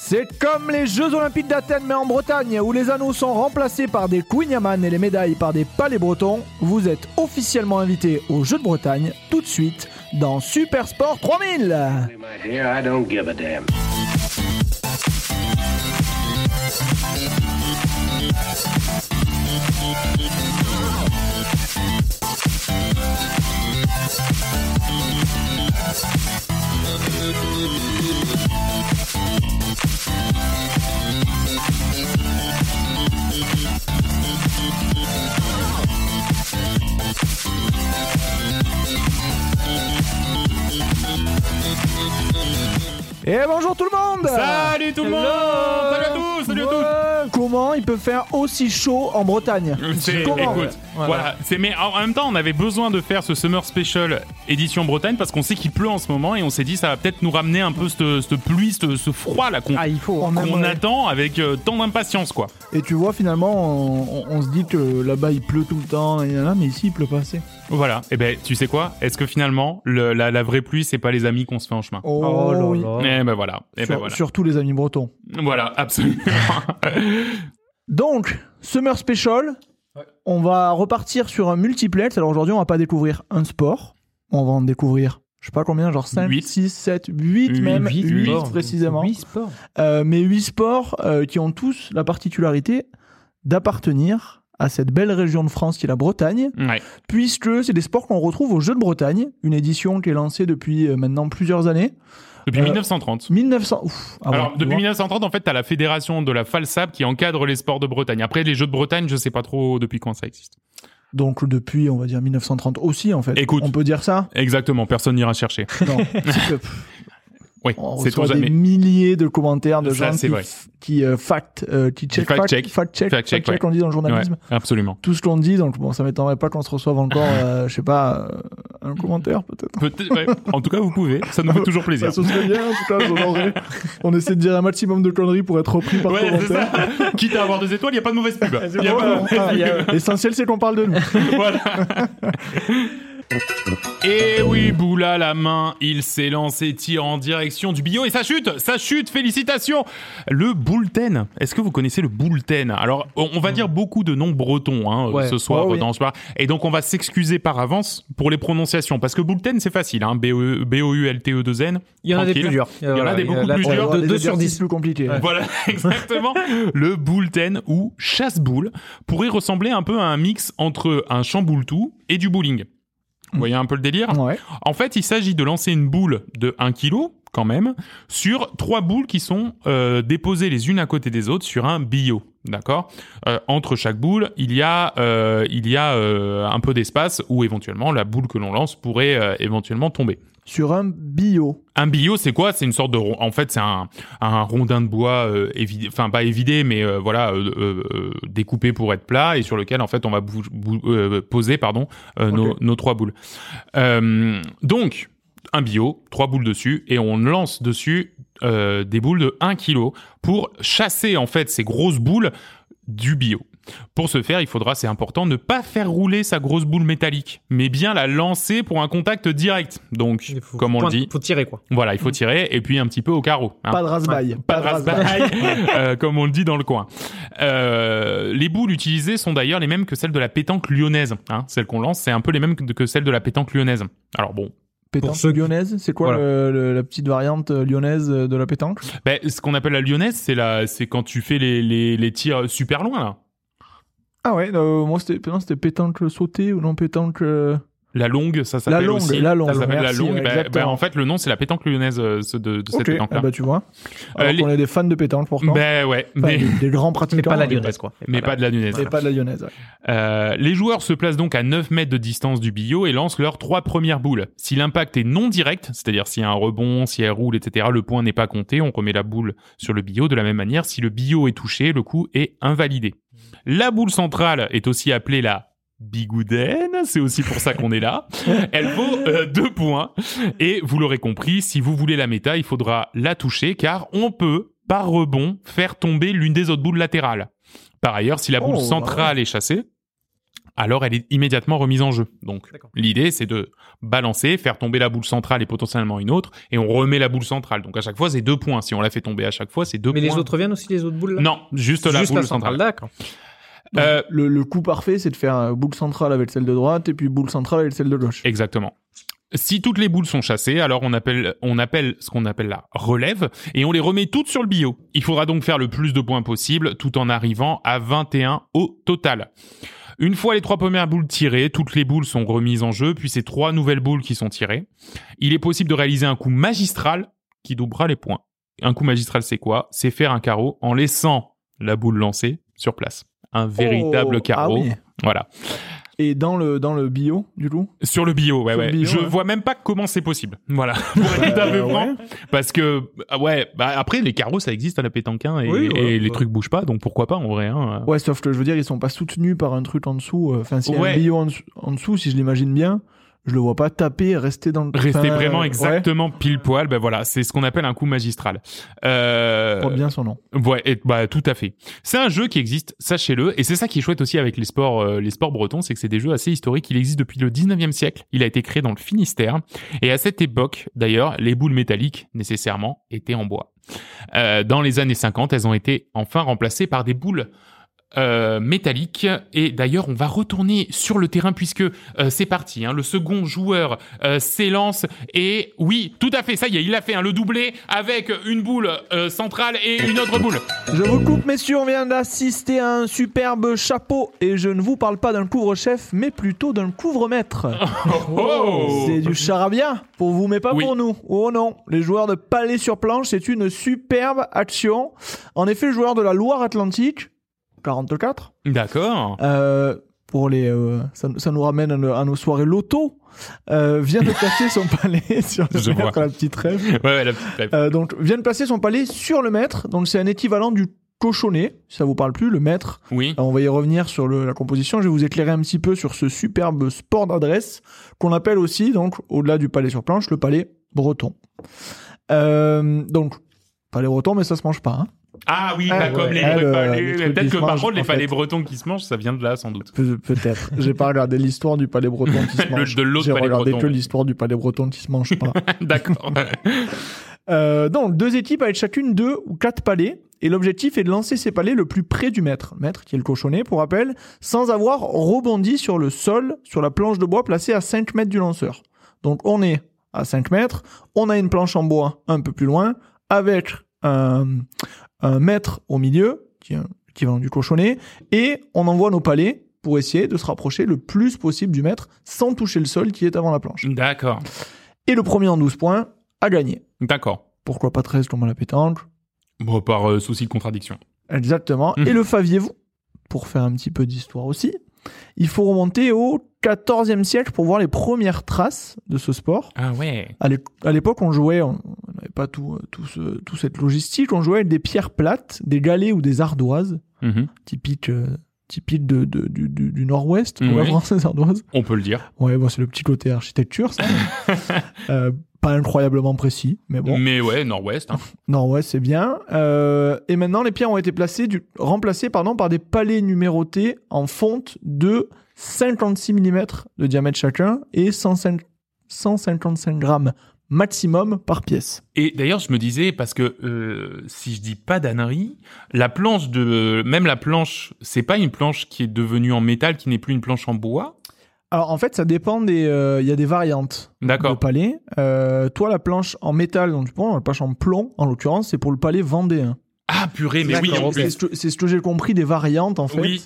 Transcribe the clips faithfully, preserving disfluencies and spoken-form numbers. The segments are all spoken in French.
C'est comme les Jeux Olympiques d'Athènes mais en Bretagne, où les anneaux sont remplacés par des Queen-Yaman et les médailles par des palais bretons. Vous êtes officiellement invité aux Jeux de Bretagne, tout de suite, dans Super Sport trois mille. Et bonjour tout le monde. Salut tout le monde. Salut à tous. Salut à tous. Ouais. Comment il peut faire aussi chaud en Bretagne? C'est, Comment écoute, voilà. voilà. C'est, mais en même temps, on avait besoin de faire ce Summer Special édition Bretagne parce qu'on sait qu'il pleut en ce moment et on s'est dit ça va peut-être nous ramener un peu cette, cette pluie, cette, ce froid là qu'on, ah, il faut, qu'on aimerait. attend avec euh, tant d'impatience quoi. Et tu vois finalement, on, on, on se dit que là-bas il pleut tout le temps, mais ici il pleut pas assez. Voilà. Et ben tu sais quoi? Est-ce que finalement le, la, la vraie pluie c'est pas les amis qu'on se fait en chemin? Oh, oh là oui. là. Et ben voilà. Et Sur, ben voilà. Surtout les amis bretons. Voilà, absolument. Donc, Summer Special, ouais. On va repartir sur un multiplex. Alors aujourd'hui, on va pas découvrir un sport. On va en découvrir, je sais pas combien, genre cinq, six, sept, huit même. huit, huit huit précisément. huit sports. Euh, mais huit sports euh, qui ont tous la particularité d'appartenir à cette belle région de France qui est la Bretagne, ouais. Puisque c'est des sports qu'on retrouve aux Jeux de Bretagne, une édition qui est lancée depuis euh, maintenant plusieurs années. Depuis euh, mille neuf cent trente. mille neuf cents. Ouf, ah Alors, ouais, depuis mille neuf cent trente, en fait, t'as la fédération de la FALSAB qui encadre les sports de Bretagne. Après, les Jeux de Bretagne, je sais pas trop depuis quand ça existe. Donc, depuis, on va dire mille neuf cent trente aussi, en fait. Écoute. On peut dire ça? Exactement, personne n'ira chercher. Non, c'est que... Oui, on c'est reçoit tout des jamais. milliers de commentaires de Ça, gens c'est qui, vrai. qui euh, fact, euh, qui check, fact fact, check, fact check, fact check, fact check, ouais. on dit dans le journalisme. Ouais, absolument. Tout ce qu'on dit, donc bon, ça m'étonnerait pas qu'on se reçoive encore, euh, je sais pas, euh, un commentaire peut-être. Peut-être, ouais. En tout cas, vous pouvez. Ça nous fait toujours plaisir. Ça se serait bien, en tout cas, j'adorerais. On essaie de dire un maximum de conneries pour être repris par Ouais, commentaire. c'est ça. Quitte à avoir deux étoiles, il n'y a pas de mauvaise pub. Il y a pas de... ah, y a... L'essentiel, c'est qu'on parle de nous. Voilà. Et oui, boule à la main, il s'élance et tire en direction du bio et ça chute, ça chute, félicitations. Le bullten, est-ce que vous connaissez le bullten? Alors, on va dire beaucoup de noms bretons hein, ouais. ce soir oh, oui. dans ce soir, et donc on va s'excuser par avance pour les prononciations, parce que bullten c'est facile, hein, B O U L T E deux N. Il y en a des plus durs. Il y en a des beaucoup plus durs. De deux sur dix plus compliqués. Ouais. Voilà, exactement. Le bullten ou chasse-boule pourrait ressembler un peu à un mix entre un chamboule-tout et du bowling. Vous voyez un peu le délire? Ouais. En fait, il s'agit de lancer une boule de un kilo, quand même, sur trois boules qui sont euh, déposées les unes à côté des autres sur un billot. D'accord? euh, Entre chaque boule, il y a, euh, il y a euh, un peu d'espace où éventuellement la boule que l'on lance pourrait euh, éventuellement tomber. Sur un bio. Un bio, c'est quoi? C'est une sorte de... En fait, c'est un, un rondin de bois euh, évidé, enfin pas évidé, mais euh, voilà, euh, euh, découpé pour être plat et sur lequel, en fait, on va bou- bou- euh, poser pardon, euh, okay. nos, nos trois boules. Euh, donc, un bio, trois boules dessus, et on lance dessus euh, des boules de un kilo pour chasser, en fait, ces grosses boules du bio. Pour ce faire, il faudra, c'est important, ne pas faire rouler sa grosse boule métallique, mais bien la lancer pour un contact direct. Donc, faut, comme on point, le dit... Il faut tirer, quoi. Voilà, il faut tirer, et puis un petit peu au carreau. Hein. Pas de rasbaille. Ouais, pas, pas de rasbaille, euh, comme on le dit dans le coin. Euh, les boules utilisées sont d'ailleurs les mêmes que celles de la pétanque lyonnaise. Hein. Celles qu'on lance, c'est un peu les mêmes que celles de la pétanque lyonnaise. Alors bon... Pétanque ceux... lyonnaise, c'est quoi voilà. le, le, la petite variante lyonnaise de la pétanque? Ben, ce qu'on appelle la lyonnaise, c'est, la, c'est quand tu fais les, les, les tirs super loin, là. Ah ouais, euh, moi c'était, non, c'était pétanque sautée ou non pétanque... Euh... La longue, ça s'appelle la longue, aussi. La longue, ça s'appelle merci, la longue. ouais, bah, bah, en fait, le nom, c'est la pétanque lyonnaise euh, de, de cette okay, pétanque-là. Ah bah tu vois. Alors euh, qu'on les... est des fans de pétanque pourtant. Ben ouais. Enfin, mais... des, des grands pratiquants. Mais pas la lyonnaise, quoi. Mais, mais pas, pas de la lyonnaise. Mais pas de la lyonnaise, ouais. Euh, les joueurs se placent donc à neuf mètres de distance du billot et lancent leurs trois premières boules. Si l'impact est non direct, c'est-à-dire s'il y a un rebond, si elle roule, et cetera, le point n'est pas compté, on remet la boule sur le billot. De la même manière, si le billot est touché, le coup est invalidé. La boule centrale est aussi appelée la bigoudaine, c'est aussi pour ça qu'on est là. Elle vaut euh, deux points. Et vous l'aurez compris, si vous voulez la méta, il faudra la toucher car on peut, par rebond, faire tomber l'une des autres boules latérales. Par ailleurs, si la boule oh, centrale ouais. est chassée, alors elle est immédiatement remise en jeu. Donc, D'accord. l'idée, c'est de balancer, faire tomber la boule centrale et potentiellement une autre, et on remet la boule centrale. Donc, à chaque fois, c'est deux points. Si on la fait tomber à chaque fois, c'est deux Mais points. les autres viennent aussi, les autres boules là Non, juste la Juste boule la centrale, centrale. d'accord. Donc, Euh, le, le coup parfait, c'est de faire euh, boule centrale avec celle de droite et puis boule centrale avec celle de gauche. Exactement. Si toutes les boules sont chassées, alors on appelle, on appelle ce qu'on appelle la relève et on les remet toutes sur le billot. Il faudra donc faire le plus de points possible tout en arrivant à vingt et un au total. Une fois les trois premières boules tirées, toutes les boules sont remises en jeu, puis c'est trois nouvelles boules qui sont tirées. Il est possible de réaliser un coup magistral qui doublera les points. Un coup magistral, c'est quoi ? C'est faire un carreau en laissant la boule lancée sur place. Un véritable Oh, carreau. ah oui. Voilà. Et dans le, dans le bio, du coup Sur le bio, ouais, Sur ouais. le bio, je ouais. vois même pas comment c'est possible. Voilà. Pour être tout à fait Euh, franc. ouais. Parce que, ah ouais, bah après, les carreaux, ça existe à la pétanque, hein, et, Oui, ouais, et les ouais. trucs bougent pas, donc pourquoi pas, en vrai, hein. Ouais, sauf que je veux dire, ils sont pas soutenus par un truc en dessous. Enfin, s'il y a Ouais. un bio en dessous, en dessous, si je l'imagine bien, je le vois pas taper, rester dans le... Rester enfin, vraiment ouais, exactement pile poil, ben voilà, c'est ce qu'on appelle un coup magistral. Euh, porte bien son nom. Ouais, et, bah tout à fait. C'est un jeu qui existe, sachez-le, et c'est ça qui est chouette aussi avec les sports, euh, les sports bretons, c'est que c'est des jeux assez historiques. Il existe depuis le dix-neuvième siècle. Il a été créé dans le Finistère, et à cette époque, d'ailleurs, les boules métalliques nécessairement étaient en bois. Euh, dans les années cinquante, elles ont été enfin remplacées par des boules Euh, métallique. Et d'ailleurs, on va retourner sur le terrain puisque euh, c'est parti. Hein, le second joueur euh, s'élance et oui, tout à fait, ça y est, il l'a fait. Hein, le doublé avec une boule euh, centrale et une autre boule. Je vous coupe, messieurs, on vient d'assister à un superbe chapeau. Et je ne vous parle pas d'un couvre-chef, mais plutôt d'un couvre-maître. Oh, C'est du charabia pour vous, mais pas Oui. pour nous. Oh non, les joueurs de palais sur planche, c'est une superbe action. En effet, le joueur de la Loire-Atlantique, quarante-quatre, D'accord. euh, pour les, euh, ça, ça nous ramène à nos, à nos soirées loto, euh, vient de placer son palais sur le Je maître, vois. la petite rêve. Ouais, ouais, la petite rêve. Euh, donc, vient de placer son palais sur le maître. Donc, c'est un équivalent du cochonnet, si ça vous parle plus, le maître. Oui. Alors, on va y revenir sur le- la composition. Je vais vous éclairer un petit peu sur ce superbe sport d'adresse qu'on appelle aussi, donc, au-delà du palais sur planche, le palais breton. Euh, donc, palais breton, mais ça se mange pas. Hein. Ah oui, Ah, pas ouais. comme les Ah, vrais le- palais. les trucs Peut-être qui que se par mangent, contre, les en palais fait. bretons qui se mangent, ça vient de là, sans doute. Pe- peut-être. J'ai pas regardé l'histoire du palais breton qui se Le- mange. de l'autre J'ai palais regardé breton, que ouais. l'histoire du palais breton qui se mange pas. D'accord. Euh, donc, deux équipes avec chacune deux ou quatre palets. Et l'objectif est de lancer ces palets le plus près du maître. Le maître qui est le cochonnet, pour rappel, sans avoir rebondi sur le sol, sur la planche de bois placée à cinq mètres du lanceur. Donc, on est à cinq mètres. On a une planche en bois un peu plus loin, avec un, un maître au milieu, qui est l'équivalent du cochonnet. Et on envoie nos palets pour essayer de se rapprocher le plus possible du maître sans toucher le sol qui est avant la planche. D'accord. Et le premier en douze points a gagné. D'accord. Pourquoi pas treize comme à la pétanque? Bon, par euh, souci de contradiction. Exactement. Mmh. Et le faviez-vous, pour faire un petit peu d'histoire aussi, il faut remonter au quatorzième siècle pour voir les premières traces de ce sport. Ah ouais. À l'é- à l'époque, on jouait, on n'avait pas tout, tout, ce, tout cette logistique, on jouait avec des pierres plates, des galets ou des ardoises, Mhm. typiques euh, typiques de, de- du, du, du nord-ouest, Oui. on va voir ces ardoises. On peut le dire. Ouais, bon, c'est le petit côté architecture, ça. euh, pas incroyablement précis, mais bon. Mais ouais, nord-ouest. Hein. Nord-ouest, c'est bien. Euh, et maintenant, les pierres ont été placées du, remplacées pardon, par des palets numérotés en fonte de cinquante-six millimètres de diamètre chacun et cent cinq cent cinquante-cinq grammes maximum par pièce. Et d'ailleurs, je me disais, parce que euh, si je dis pas d'ânerie, la planche de... Même la planche, c'est pas une planche qui est devenue en métal, qui n'est plus une planche en bois. Alors, en fait, ça dépend des... euh, Il y a des variantes de D'accord. palais. Euh, toi, la planche en métal dont tu prends, la planche en plomb, en l'occurrence, c'est pour le palais vendéen. Ah purée, mais oui, D'accord, en c'est plus. ce que- c'est ce que j'ai compris des variantes, en fait. Oui.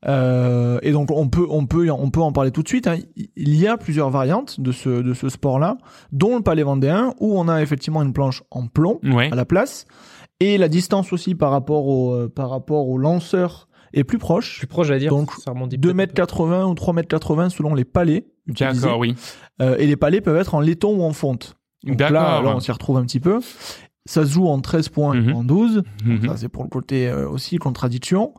Euh, et donc on peut on peut on peut en parler tout de suite. Hein. Il y a plusieurs variantes de ce de ce sport-là, dont le palais vendéen où on a effectivement une planche en plomb Ouais. à la place et la distance aussi par rapport au euh, par rapport au lanceur est plus proche. Plus proche, j'allais dire. Donc, ça rebondit deux peut-être. mètres quatre-vingts ou trois mètres quatre-vingts selon les palets utilisés. D'accord, oui. Euh, et les palets peuvent être en laiton ou en fonte. Donc D'accord. là, là on s'y retrouve un petit peu. Ça se joue en treize points Mhm. et en douze. Mhm. Ça, c'est pour le côté euh, aussi contradiction.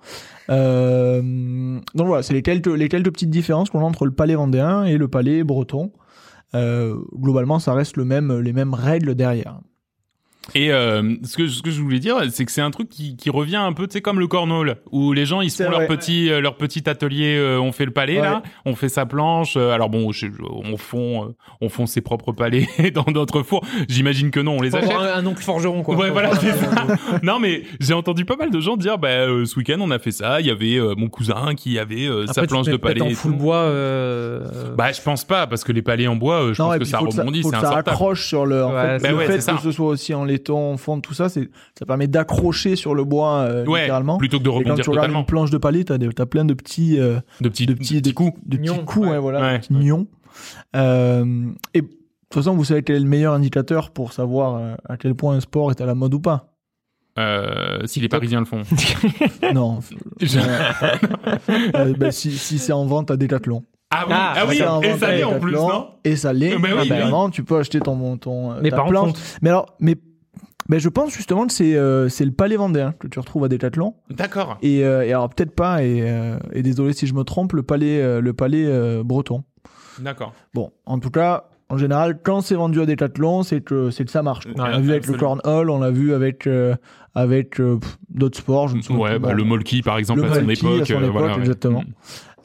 Euh, donc voilà, c'est les quelques, les quelques petites différences qu'on a entre le palais vendéen et le palais breton. Euh, globalement, ça reste le même, les mêmes règles derrière. Et euh, ce que ce que je voulais dire, c'est que c'est un truc qui qui revient un peu, tu sais, comme le cornhole, où les gens ils se C'est font vrai. leur petit euh, leur petit atelier, euh, on fait le palais Ouais. là, on fait sa planche. euh, alors bon, je- on fond euh, on fond ses propres palais dans notre four. J'imagine que non, on les Faut achète. avoir un, un oncle forgeron, quoi. Ouais, Faut- voilà, c'est ça. Non, mais j'ai entendu pas mal de gens dire, bah, euh, ce week-end, on a fait ça. Il y avait euh, mon cousin qui avait euh, Après, sa tu planche te de mets peut-être palais. en et full tout. bois. Euh... Bah, je pense pas, parce que les palais en bois, euh, je Non, pense et que puis ça faut que ça, rebondit, faut c'est que ça insortable. accroche sur le. En Ouais, fait, bah le ouais, fait c'est ça. que ce soit aussi en laiton, en fonte, tout ça, c'est, ça permet d'accrocher sur le bois euh, Ouais, littéralement. plutôt que de Et quand rebondir tu regardes totalement. une planche de palais, t'as, des, t'as plein de petits, euh, De petits, de petits, petits coups. de petits Nions, coups, ouais. ouais, voilà, Ouais. de petits nions. Euh, et de toute façon, vous savez quel est le meilleur indicateur pour savoir euh, à quel point un sport est à la mode ou pas. Euh, si les Parisiens le font. Non. Je- Euh, ben, si, si c'est en vente à Decathlon. Ah oui, Ah, ah oui, C'est en et vente ça à l'est en plus, Decathlon, non? Et ça l'est. Euh, ben oui, Ah ben, oui. vraiment, tu peux acheter ton, ton Mais ta par planche. contre, Mais alors, mais, ben, je pense justement que c'est, euh, c'est le palais vendéen que tu retrouves à Decathlon. D'accord. Et, euh, et alors, peut-être pas, et, euh, et désolé si je me trompe, le palais, euh, le palais euh, breton. D'accord. Bon, en tout cas, en général, quand c'est vendu à Decathlon, c'est que, c'est que ça marche. quoi. Ouais, on l'a vu avec le absolument. cornhole, on l'a vu avec, euh, avec euh, pff, d'autres sports. Je me souviens Ouais, plus. bah, Bon. le molki, par exemple, Le à son molki, époque. à son euh, époque, voilà, ouais. exactement. Mm.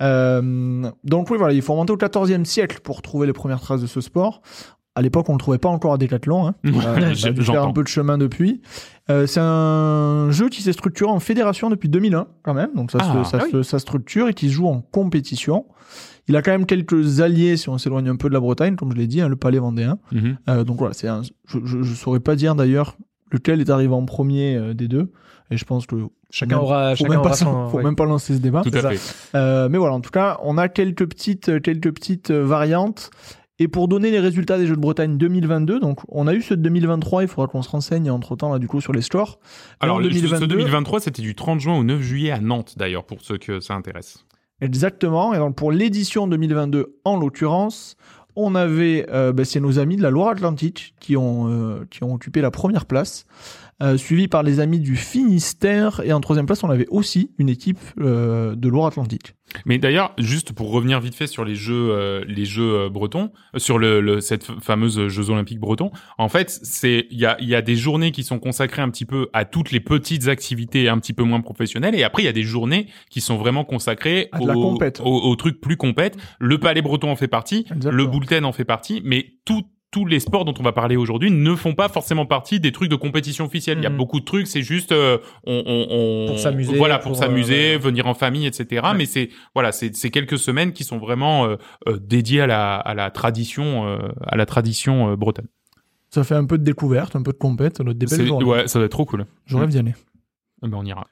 Euh, donc oui, voilà, il faut remonter au quatorzième siècle pour trouver les premières traces de ce sport. À l'époque, on le trouvait pas encore à Decathlon. Hein. Ouais, Euh, j'ai- ça a dû faire j'entends. un peu de chemin depuis. Euh, c'est un jeu qui s'est structuré en fédération depuis deux mille un, quand même. Donc ça, Ah, se, ça, ah oui. se- ça structure et qui se joue en compétition. Il a quand même quelques alliés si on s'éloigne un peu de la Bretagne, comme je l'ai dit, hein, le Palais vendéen. Mhm. Euh, donc voilà, c'est un, je, je, je saurais pas dire d'ailleurs lequel est arrivé en premier euh, des deux. Et je pense que chacun même- aura, faut chacun même aura pas, son. faut ouais. même pas lancer ce débat. Tout à ça. fait. Euh, mais voilà, en tout cas, on a quelques petites, euh, quelques petites euh, variantes. Et pour donner les résultats des Jeux de Bretagne deux mille vingt-deux, donc on a eu ceux de deux mille vingt-trois, il faudra qu'on se renseigne entre-temps là du coup sur les scores. Et Alors, en le- deux mille vingt-deux, ce deux mille vingt-trois, c'était du trente juin au neuf juillet à Nantes, d'ailleurs, pour ceux que ça intéresse. Exactement. Et donc pour l'édition deux mille vingt-deux, en l'occurrence, on avait, euh, bah, c'est nos amis de la Loire-Atlantique qui ont, euh, qui ont occupé la première place, euh, suivi par les amis du Finistère. Et en troisième place, on avait aussi une équipe euh, de Loire-Atlantique. Mais d'ailleurs, juste pour revenir vite fait sur les jeux, euh, les jeux euh, bretons, euh, sur le, le cette f- fameuse Jeux olympiques bretons, en fait, c'est il y a il y a des journées qui sont consacrées un petit peu à toutes les petites activités un petit peu moins professionnelles, et après il y a des journées qui sont vraiment consacrées À de la aux, compète. aux, aux trucs plus compètes. Le Palais breton en fait partie, Exactement. le Boulten en fait partie, mais tout tous les sports dont on va parler aujourd'hui ne font pas forcément partie des trucs de compétition officielle. Il y a Mhm. beaucoup de trucs, c'est juste euh, on, on, on Pour s'amuser, voilà, pour, pour, s'amuser, euh, ouais. venir en famille, et cetera. Ouais. Mais c'est voilà, c'est c'est quelques semaines qui sont vraiment euh, euh, dédiées à la à la tradition euh, à la tradition euh, bretonne. Ça fait un peu de découverte, un peu de compète, notre des belles C'est- journées. ouais, ça va être trop cool. Je rêve d'y aller. Eh ben, on ira.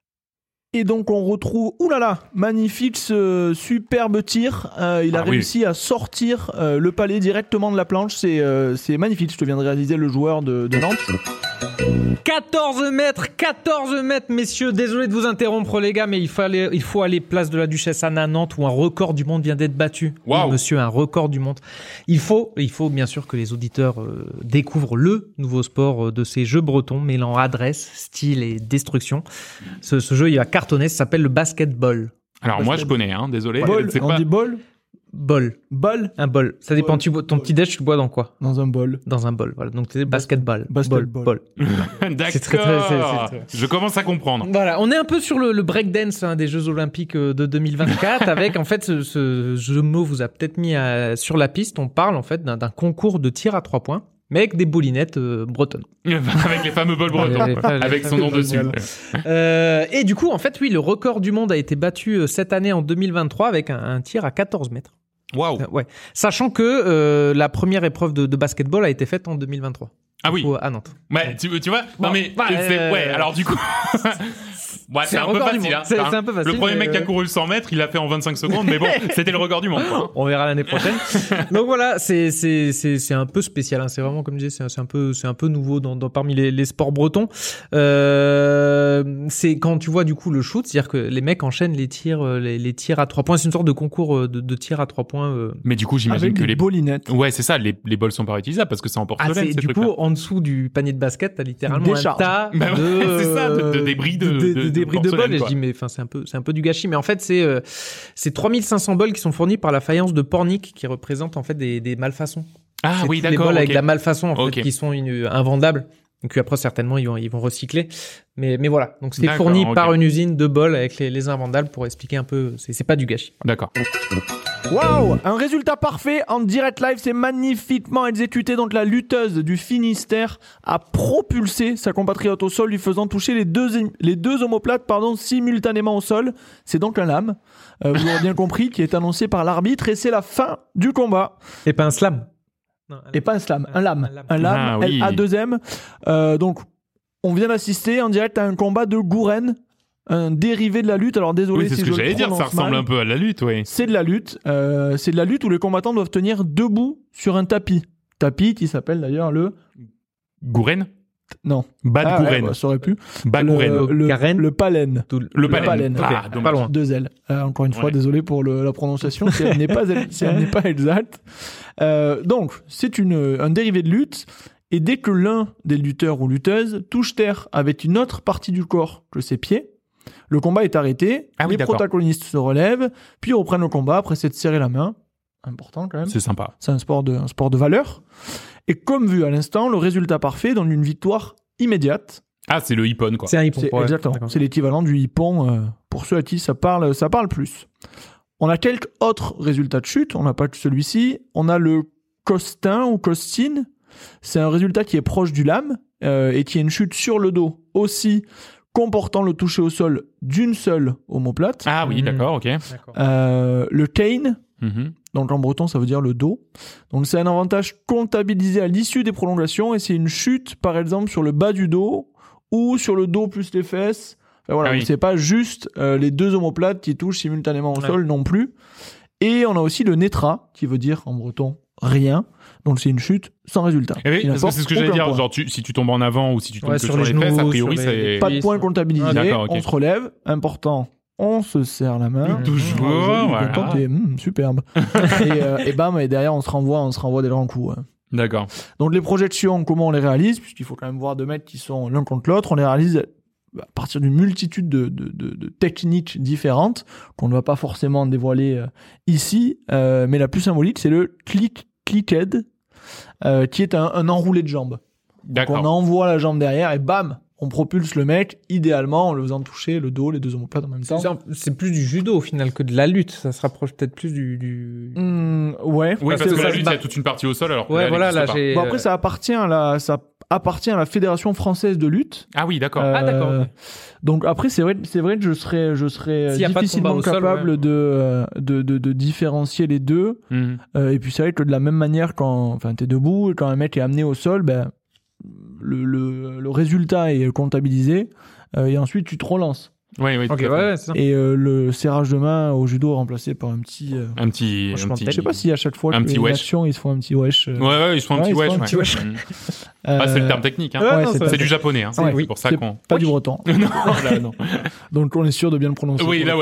Et donc on retrouve, oulala, magnifique ce superbe tir. Euh, il a Ah oui. réussi à sortir euh, le palais directement de la planche. C'est euh, c'est magnifique. Je te viens de réaliser le joueur de, de Nantes. quatorze mètres, quatorze mètres, messieurs. Désolé de vous interrompre, les gars, mais il faut aller, il faut aller place de la Duchesse Anne à Nantes où un record du monde vient d'être battu. Waouh. Oui, monsieur, un record du monde. Il faut, il faut bien sûr que les auditeurs euh, découvrent le nouveau sport euh, de ces jeux bretons, mêlant adresse, style et destruction. Ce, ce jeu, il va cartonner. Ça s'appelle le basketball. Alors Parce moi que- je connais, hein, désolé. Bol, C'est on pas... dit bol, Ball. bol Un bol. Ça dépend. Bol. Tu bois, ton Bol. petit déj, tu le bois dans quoi? dans un bol. Dans un bol. Voilà. Donc c'est basketball. Basketball. Bol. Bol. D'accord. C'est très, très- c'est- c'est Je commence à comprendre. Voilà, on est un peu sur le, le breakdance hein, des Jeux Olympiques euh, de deux mille vingt-quatre avec en fait ce, ce jeu de mots vous a peut-être mis à- sur la piste. On parle en fait d'un d'un concours de tir à trois points, mais avec des boulinettes euh, bretonnes. Avec les fameux bols bretons, Les- les- avec son nom dessus. Génial. Euh, et du coup, en fait, oui, le record du monde a été battu euh, cette année en deux mille vingt-trois avec un, un tir à quatorze mètres. Waouh. Euh, ouais, sachant que euh, la première épreuve de, de basketball a été faite en deux mille vingt-trois. Ah oui. Au- à Nantes. Ouais, tu, tu vois. Bon, non mais bah, c'est- euh, ouais. Alors du coup, ouais, c'est c'est un, un peu record du facile. monde. Hein. C'est- Enfin, c'est un peu facile, Le premier mais, mec qui a euh, couru le cent mètres, il l'a fait en vingt-cinq secondes, mais bon, c'était le record du monde. Quoi. On verra l'année prochaine. Donc voilà, c'est c'est c'est c'est un peu spécial. Hein. C'est vraiment comme je disais, c'est un- c'est un peu c'est un peu nouveau dans, dans parmi les, les sports bretons. Euh, c'est quand tu vois du coup le shoot, c'est-à-dire que les mecs enchaînent les tirs euh, les, les tirs à trois points. C'est une sorte de concours euh, de, de tirs à trois points. Euh. Mais du coup, j'imagine Avec que des les bolinettes. ouais, c'est ça. Les les bols sont pas réutilisables parce que c'est en Ah, porcelaine. c'est, ces du trucs-là. coup, en dessous du panier de basket, t'as littéralement Une un décharge. tas Bah ouais, de, c'est ça, de- de euh, débris de- de, de- de de débris de porcelaine, bols. Et je quoi. dis, mais enfin, c'est un peu, c'est un peu du gâchis. Mais en fait, c'est, euh, c'est trois mille cinq cents bols qui sont fournis par la faïence de Pornic, qui représente en fait des, des malfaçons. Ah C'est oui, tous les d'accord. bols avec ok. de la malfaçon en Ok. fait, qui sont une, invendables. Donc après, certainement, ils vont, ils vont recycler. Mais, mais voilà. Donc c'était D'accord, fourni ok. par une usine de bol avec les, les invendales pour expliquer un peu. C'est, c'est pas du gâchis. D'accord. Waouh, un résultat parfait en direct live, c'est magnifiquement exécuté. Donc la lutteuse du Finistère a propulsé sa compatriote au sol, lui faisant toucher les deux, les deux omoplates pardon, simultanément au sol. C'est donc un lame, euh, vous l'aurez bien compris, qui est annoncé par l'arbitre et c'est la fin du combat. Et pas un slam. Non, un Et pas un slam, un lame. Un lame. Un lame, Ah, oui. L A deux M. Euh, donc, on vient d'assister en direct à un combat de Gouren, un dérivé de la lutte. Alors désolé Oui, c'est si ce je que le j'allais dire, ça prononce ressemble mal. un peu à la lutte, oui. C'est de la lutte. Euh, c'est de la lutte où les combattants doivent tenir debout sur un tapis. Tapis qui s'appelle d'ailleurs le... Gouren Non. Bad Ah, ouais, Gouren. bah, ça aurait pu. Bad le, Gouren. le, Garen. le palène. Tout Le palène. palène. Ah, Ok, dommage. pas loin. Deux ailes. Euh, encore une fois, Ouais. désolé pour le- la prononciation, si elle n'est pas, si elle n'est pas exacte. Euh, donc, c'est une, un dérivé de lutte. Et dès que l'un des lutteurs ou lutteuses touche terre avec une autre partie du corps que ses pieds, le combat est arrêté. Ah oui, les d'accord. protagonistes se relèvent, puis reprennent le combat après s'être serré la main. Important quand même. C'est sympa. C'est un sport de, un sport de valeur. Et comme vu à l'instant, le résultat parfait donne une victoire immédiate. Ah, c'est le hippon, quoi. C'est un hippon. C'est ouais. exactement. D'accord. C'est l'équivalent du hippon euh, pour ceux à qui ça parle, ça parle plus. On a quelques autres résultats de chute. On n'a pas que celui-ci. On a le costin ou costine. C'est un résultat qui est proche du lame euh, et qui est une chute sur le dos aussi, comportant le toucher au sol d'une seule omoplate. Ah oui, Mhm. d'accord, ok. D'accord. Euh, le cane, Mhm. donc en breton ça veut dire le dos. Donc c'est un avantage comptabilisé à l'issue des prolongations et c'est une chute par exemple sur le bas du dos ou sur le dos plus les fesses. Enfin, voilà, Ah oui. donc c'est pas juste euh, les deux omoplates qui touchent simultanément au Ouais. sol non plus. Et on a aussi le netra qui veut dire en breton rien. Donc c'est une chute sans résultat. Eh oui, Qui parce que n'apporte c'est ce que j'allais aucun dire. point. Genre, tu, si tu tombes en avant ou si tu tombes Ouais, que sur sur, les les genoux, fesses, a priori, sur c'est... les- Pas de Oui, point c'est- comptabilisé, Ah, d'accord, ok. on se relève. Important, on se serre la main. Toujours, Ah, joli, voilà. content, t'es, hum, superbe. et, euh, et bam, et derrière on se renvoie, on se renvoie des grands coups. ouais. D'accord. Donc les projections, comment on les réalise, puisqu'il faut quand même voir deux mecs qui sont l'un contre l'autre, on les réalise à partir d'une multitude de, de, de, de techniques différentes qu'on ne va pas forcément dévoiler euh, ici, euh, mais la plus symbolique c'est le click clicked, euh, qui est un, un enroulé de jambes. Donc on D'accord. envoie la jambe derrière et bam, on propulse le mec, idéalement en le faisant toucher le dos, les deux omoplates en même temps. C'est, un- c'est plus du judo au final que de la lutte. Ça se rapproche peut-être plus du. du... Mmh, ouais. Oui, parce que que ça la se lutte, il bat. y a toute une partie au sol, alors que Ouais, là, elle voilà, existe là pas. j'ai. Bon après ça appartient à la ça appartient à la Fédération française de lutte. Ah oui, d'accord. Euh, Ah, d'accord, ok. Donc après c'est vrai c'est vrai que je serais je serais S'il y a pas de difficilement combat au sol, capable ouais. de, euh, de, de de différencier les deux. Mhm. Euh, et puis c'est vrai que de la même manière quand enfin t'es debout et quand un mec est amené au sol, ben le le, le résultat est comptabilisé euh, et ensuite tu te relances. Oui, oui, tout Ok, à ouais, fait. ouais, c'est ça. Et euh, le serrage de main au judo est remplacé par un petit euh, Un petit... Franchement, un petit... je sais pas si à chaque fois Un que petit une wesh. action ils se font un petit wesh. euh, Ouais, ouais, ils se font un Ouais, petit ils se wesh. font un ouais. petit wesh. Mhm. Ah, c'est le euh, terme technique. Hein. Ouais, ouais, non, c'est ça- C'est du japonais, hein. Ouais. c'est pour ça c'est qu'on... pas du breton. non, là, non. Donc on est sûr de bien le prononcer. Oui, là, ouais.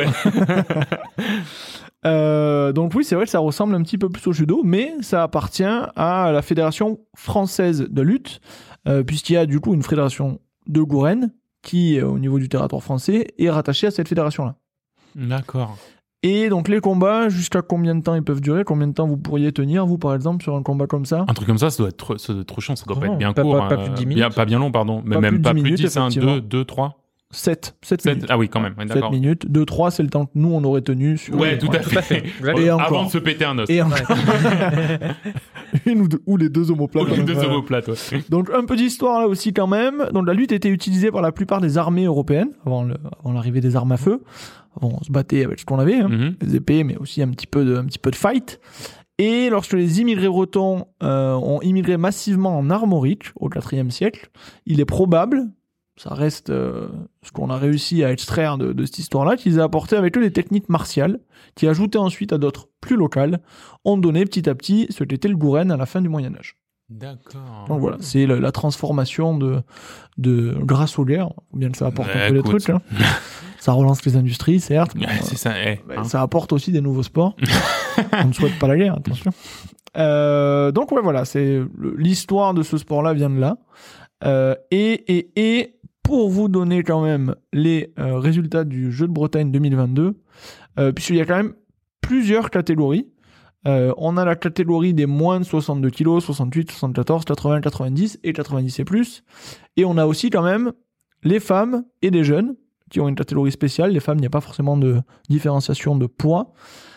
Euh, donc oui, c'est vrai que ça ressemble un petit peu plus au judo, mais ça appartient à la Fédération française de lutte, euh, puisqu'il y a du coup une fédération de Gouren qui, euh, au niveau du territoire français, est rattachée à cette fédération-là. D'accord. Et donc les combats, jusqu'à combien de temps ils peuvent durer? Combien de temps vous pourriez tenir, vous, par exemple, sur un combat comme ça? Un truc comme ça, ça doit être trop, ça doit être trop chiant, ça doit pas Non, être bien pas- court. pas- pas hein. plus de dix Bien- minutes. pas bien long, pardon. Mais Pas même plus de pas dix plus de minutes, dix, hein. effectivement. deux, deux, trois. sept. sept sept. minutes. Ah oui, quand même, ouais, sept d'accord. minutes. deux trois, c'est le temps que nous, on aurait tenu sur... Ouais, tout à Tout à fait. fait. Exact. Et Avant encore. de se péter un os. Et en- une ou, deux- ou les deux omoplates. Ou les en deux même temps. omoplates, ouais. Donc un peu d'histoire là aussi quand même. Donc la lutte était utilisée par la plupart des armées européennes avant, le- avant l'arrivée des armes à feu. Avant, on se battait avec ce qu'on avait, hein, Mhm. les épées, mais aussi un petit peu de, un petit peu de fight. Et lorsque les immigrés bretons euh, ont immigré massivement en Armorique au quatrième siècle, il est probable, ça reste euh, ce qu'on a réussi à extraire de, de cette histoire-là, qu'ils aient apporté avec eux des techniques martiales, qui ajoutées ensuite à d'autres plus locales, ont donné petit à petit ce qu'était le Gouren à la fin du Moyen-Âge. D'accord. Donc voilà, c'est le- la transformation de, de grâce aux guerres. Bien que ça apporte Ouais, un peu des écoute. trucs. Hein. Ça relance les industries, certes. mais, Ouais, euh, c'est ça, eh, mais hein. ça apporte aussi des nouveaux sports. On ne souhaite pas la guerre, attention. Euh, donc ouais, voilà, c'est le- l'histoire de ce sport-là vient de là. Euh, et, et, et pour vous donner quand même les euh, résultats du Jeu de Bretagne deux mille vingt-deux, euh, puisqu'il y a quand même plusieurs catégories. Euh, on a la catégorie des moins de soixante-deux kilos, soixante-huit, soixante-quatorze, quatre-vingts, quatre-vingt-dix et quatre-vingt-dix et plus. Et on a aussi quand même les femmes et les jeunes qui ont une catégorie spéciale. Les femmes, il n'y a pas forcément de différenciation de poids.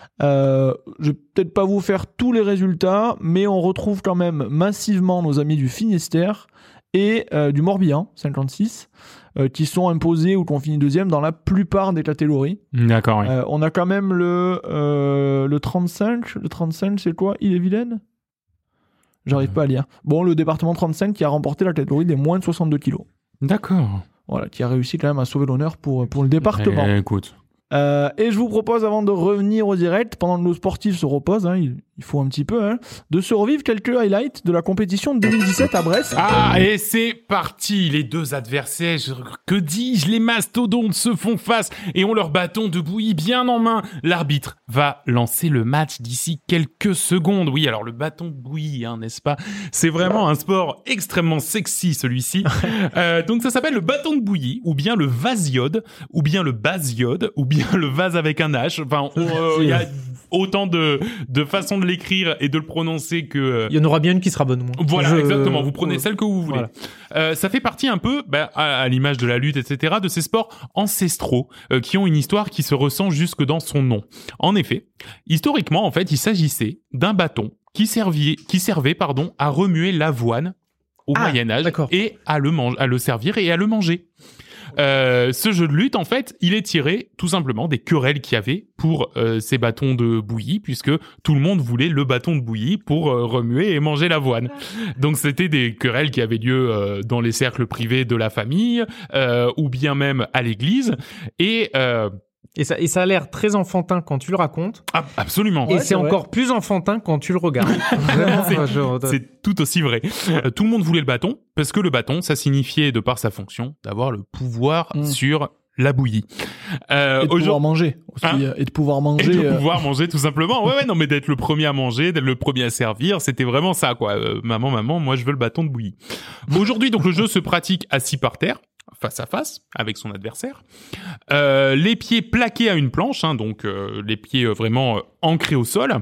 Euh, je vais peut-être pas vous faire tous les résultats, mais on retrouve quand même massivement nos amis du Finistère et euh, du Morbihan, cinquante-six, euh, qui sont imposés ou qui ont fini deuxième dans la plupart des catégories. D'accord, oui. Euh, on a quand même le, euh, le trente-cinq. Le trente-cinq, c'est quoi ? Ille-et-Vilaine ? J'arrive mmh. pas à lire. Bon, le département trente-cinq qui a remporté la catégorie des moins de soixante-deux kilos. D'accord. Voilà, qui a réussi quand même à sauver l'honneur pour, pour le département. Eh, écoute. Euh, et je vous propose, avant de revenir au direct, pendant que nos sportifs se reposent, hein, il, il faut un petit peu, hein, de se revivre quelques highlights de la compétition de deux mille dix-sept à Brest. Ah, et c'est parti. Les deux adversaires, que dis-je, les mastodontes se font face et ont leur bâton de bouillie bien en main. L'arbitre va lancer le match d'ici quelques secondes. Oui, alors le bâton de bouillie, hein, n'est-ce pas ? C'est vraiment un sport extrêmement sexy, celui-ci. euh, donc ça s'appelle le bâton de bouillie, ou bien le vasiode, ou bien le basiode, ou bien le vase avec un H. Enfin, il euh, y a autant de, de façons de l'écrire et de le prononcer que... Il y en aura bien une qui sera bonne, moi. Voilà, Je... exactement. Vous prenez celle que vous voulez. Voilà. Euh, ça fait partie un peu, bah, à, à l'image de la lutte, et cetera, de ces sports ancestraux euh, qui ont une histoire qui se ressent jusque dans son nom. En effet, historiquement, en fait, il s'agissait d'un bâton qui servait, qui servait pardon, à remuer l'avoine au ah, Moyen-Âge d'accord. et à le, man- à le servir et à le manger. Euh, ce jeu de lutte, en fait, il est tiré tout simplement des querelles qu'il y avait pour euh, ces bâtons de bouillie, puisque tout le monde voulait le bâton de bouillie pour euh, remuer et manger l'avoine. Donc c'était des querelles qui avaient lieu euh, dans les cercles privés de la famille, euh, ou bien même à l'église. Et euh, Et ça, et ça a l'air très enfantin quand tu le racontes. Ah, absolument. Et Ouais, c'est, c'est encore vrai. Plus enfantin quand tu le regardes. Vraiment, c'est, genre, c'est tout aussi vrai. Euh, tout le monde voulait le bâton, parce que le bâton, ça signifiait, de par sa fonction, d'avoir le pouvoir mmh. sur la bouillie. Euh, et de pouvoir manger aussi, hein et de pouvoir manger. Et de euh... pouvoir manger, tout simplement. Ouais, ouais, non, mais d'être le premier à manger, d'être le premier à servir, c'était vraiment ça, quoi. Euh, maman, maman, moi, je veux le bâton de bouillie. Aujourd'hui, donc, le jeu se pratique assis par terre, face à face avec son adversaire, euh, les pieds plaqués à une planche, hein, donc euh, les pieds euh, vraiment euh, ancrés au sol,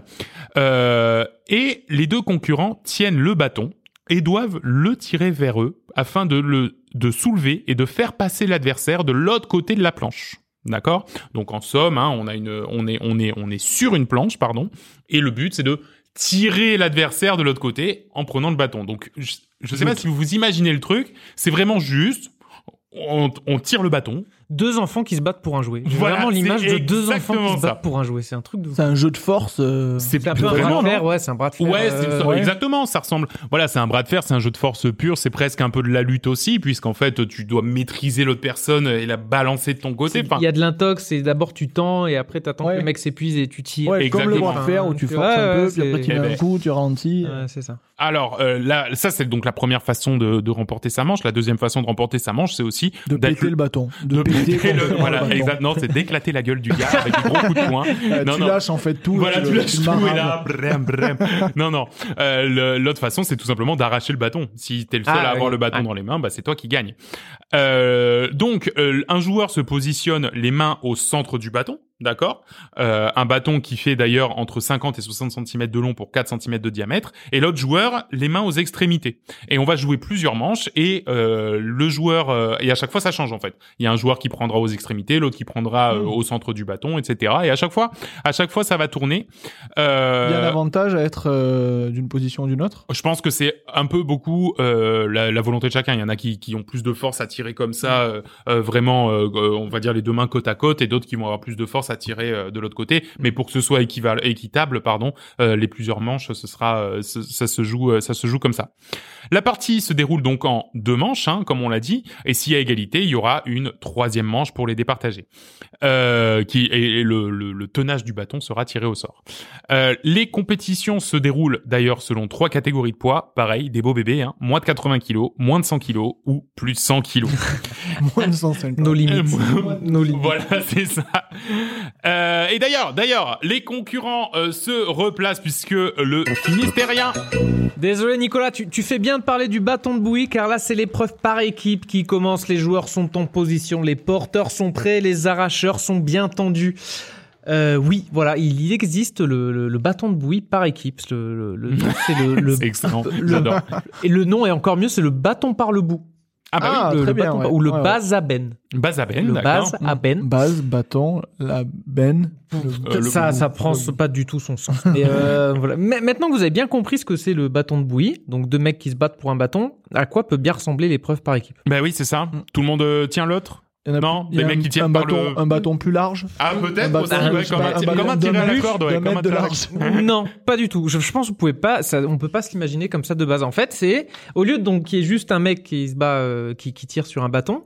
euh, et les deux concurrents tiennent le bâton et doivent le tirer vers eux afin de le de soulever et de faire passer l'adversaire de l'autre côté de la planche. D'accord ? Donc en somme, hein, on a une, on est, on est, on est sur une planche, pardon, et le but c'est de tirer l'adversaire de l'autre côté en prenant le bâton. Donc je, je sais pas si vous vous imaginez le truc, c'est vraiment juste. On, on tire le bâton. Deux enfants qui se battent pour un jouet. J'ai voilà, vraiment l'image de deux enfants qui se ça. battent pour un jouet. C'est un truc de... C'est un jeu de force. Euh... C'est, c'est un peu un bras de fer, ouais, c'est un bras de fer. Ouais, c'est euh, ouais. Exactement, ça ressemble. Voilà, c'est un bras de fer, c'est un jeu de force pur, c'est presque un peu de la lutte aussi, puisqu'en fait, tu dois maîtriser l'autre personne et la balancer de ton côté. Il enfin... y a de l'intox, c'est d'abord tu tends et après t'attends ouais. que le mec s'épuise et tu tires. Ouais, comme le bras de fer où tu forces ouais, un peu, puis après tu mets un coup, tu ralentis. Ouais, c'est ça. Alors euh, là, ça c'est donc la première façon de, de remporter sa manche. La deuxième façon de remporter sa manche, c'est aussi de péter le bâton. De péter le. Voilà, exactement. C'est d'éclater la gueule du gars avec des gros coups de poing. Euh, non, tu non. lâches en fait tout. Voilà, tu, tu lâches tout et là, brem, brem. Non, non. Euh, le, l'autre façon, c'est tout simplement d'arracher le bâton. Si t'es le seul ah, à avoir oui. le bâton ah. dans les mains, bah c'est toi qui gagne. Euh, donc, euh, un joueur se positionne les mains au centre du bâton. D'accord, euh, un bâton qui fait d'ailleurs entre cinquante et soixante centimètres de long pour quatre centimètres de diamètre, et l'autre joueur les mains aux extrémités. Et on va jouer plusieurs manches, et euh, le joueur euh, et à chaque fois ça change en fait. Il y a un joueur qui prendra aux extrémités, l'autre qui prendra euh, au centre du bâton, et cetera. Et à chaque fois, à chaque fois ça va tourner. Euh, Il y a un avantage à être euh, d'une position ou d'une autre. Je pense que c'est un peu beaucoup euh, la, la volonté de chacun. Il y en a qui, qui ont plus de force à tirer comme ça, euh, euh, vraiment, euh, on va dire les deux mains côte à côte, et d'autres qui vont avoir plus de force à tirer euh, de l'autre côté, mais pour que ce soit équival- équitable, pardon, euh, les plusieurs manches, ce sera, euh, ce, ça se joue, euh, ça se joue comme ça. La partie se déroule donc en deux manches, hein, comme on l'a dit, et s'il y a égalité, il y aura une troisième manche pour les départager, euh, qui et, et le, le, le tenage du bâton sera tiré au sort. Euh, les compétitions se déroulent d'ailleurs selon trois catégories de poids, pareil, des beaux bébés, hein, moins de quatre-vingts kilos, moins de cent kilos ou plus de cent kilos. Moins de cent cinquante. Nos limites. Nos limites. Voilà, c'est ça. Euh, et d'ailleurs, d'ailleurs, les concurrents euh, se replacent puisque le Finistérien... Désolé Nicolas, tu, tu fais bien de parler du bâton de bouillie car là c'est l'épreuve par équipe qui commence. Les joueurs sont en position, les porteurs sont prêts, les arracheurs sont bien tendus. Euh, oui, voilà, il existe le, le, le bâton de bouée par équipe. Le, le, le nom, c'est le, le, c'est excellent. le- J'adore. et le nom est encore mieux, c'est le bâton par le bout. Ah bah Ah, le, très le bien, bâton ouais. par- ou le Ouais, ouais. basaben. oui. Basaben, Le d'accord. basaben. Base, bâton, la benne. le- Euh, le ça, bout. ça prend pas du tout son sens. Mais euh, voilà. Mais maintenant que vous avez bien compris ce que c'est le bâton de bouillie, donc deux mecs qui se battent pour un bâton, à quoi peut bien ressembler l'épreuve par équipe? Bah oui, c'est ça. Tout le monde euh, tient l'autre. Il y en a Non, plus- il y des a mecs un- qui tiennent un par bâton, le- un bâton plus large. Ah, Un peut-être bâton- aussi, un- ouais, je sais comme pas, un, un comme bâton un d'un tiré à la mètre- corde, ouais, d'un comme un mètre de tiré à la large. corde. Non, pas du tout. Je, je pense que vous pouvez pas. Ça, on peut pas s'imaginer comme ça de base. En fait, c'est au lieu de donc qu'il y ait juste un mec qui se bat, euh, qui, qui tire sur un bâton,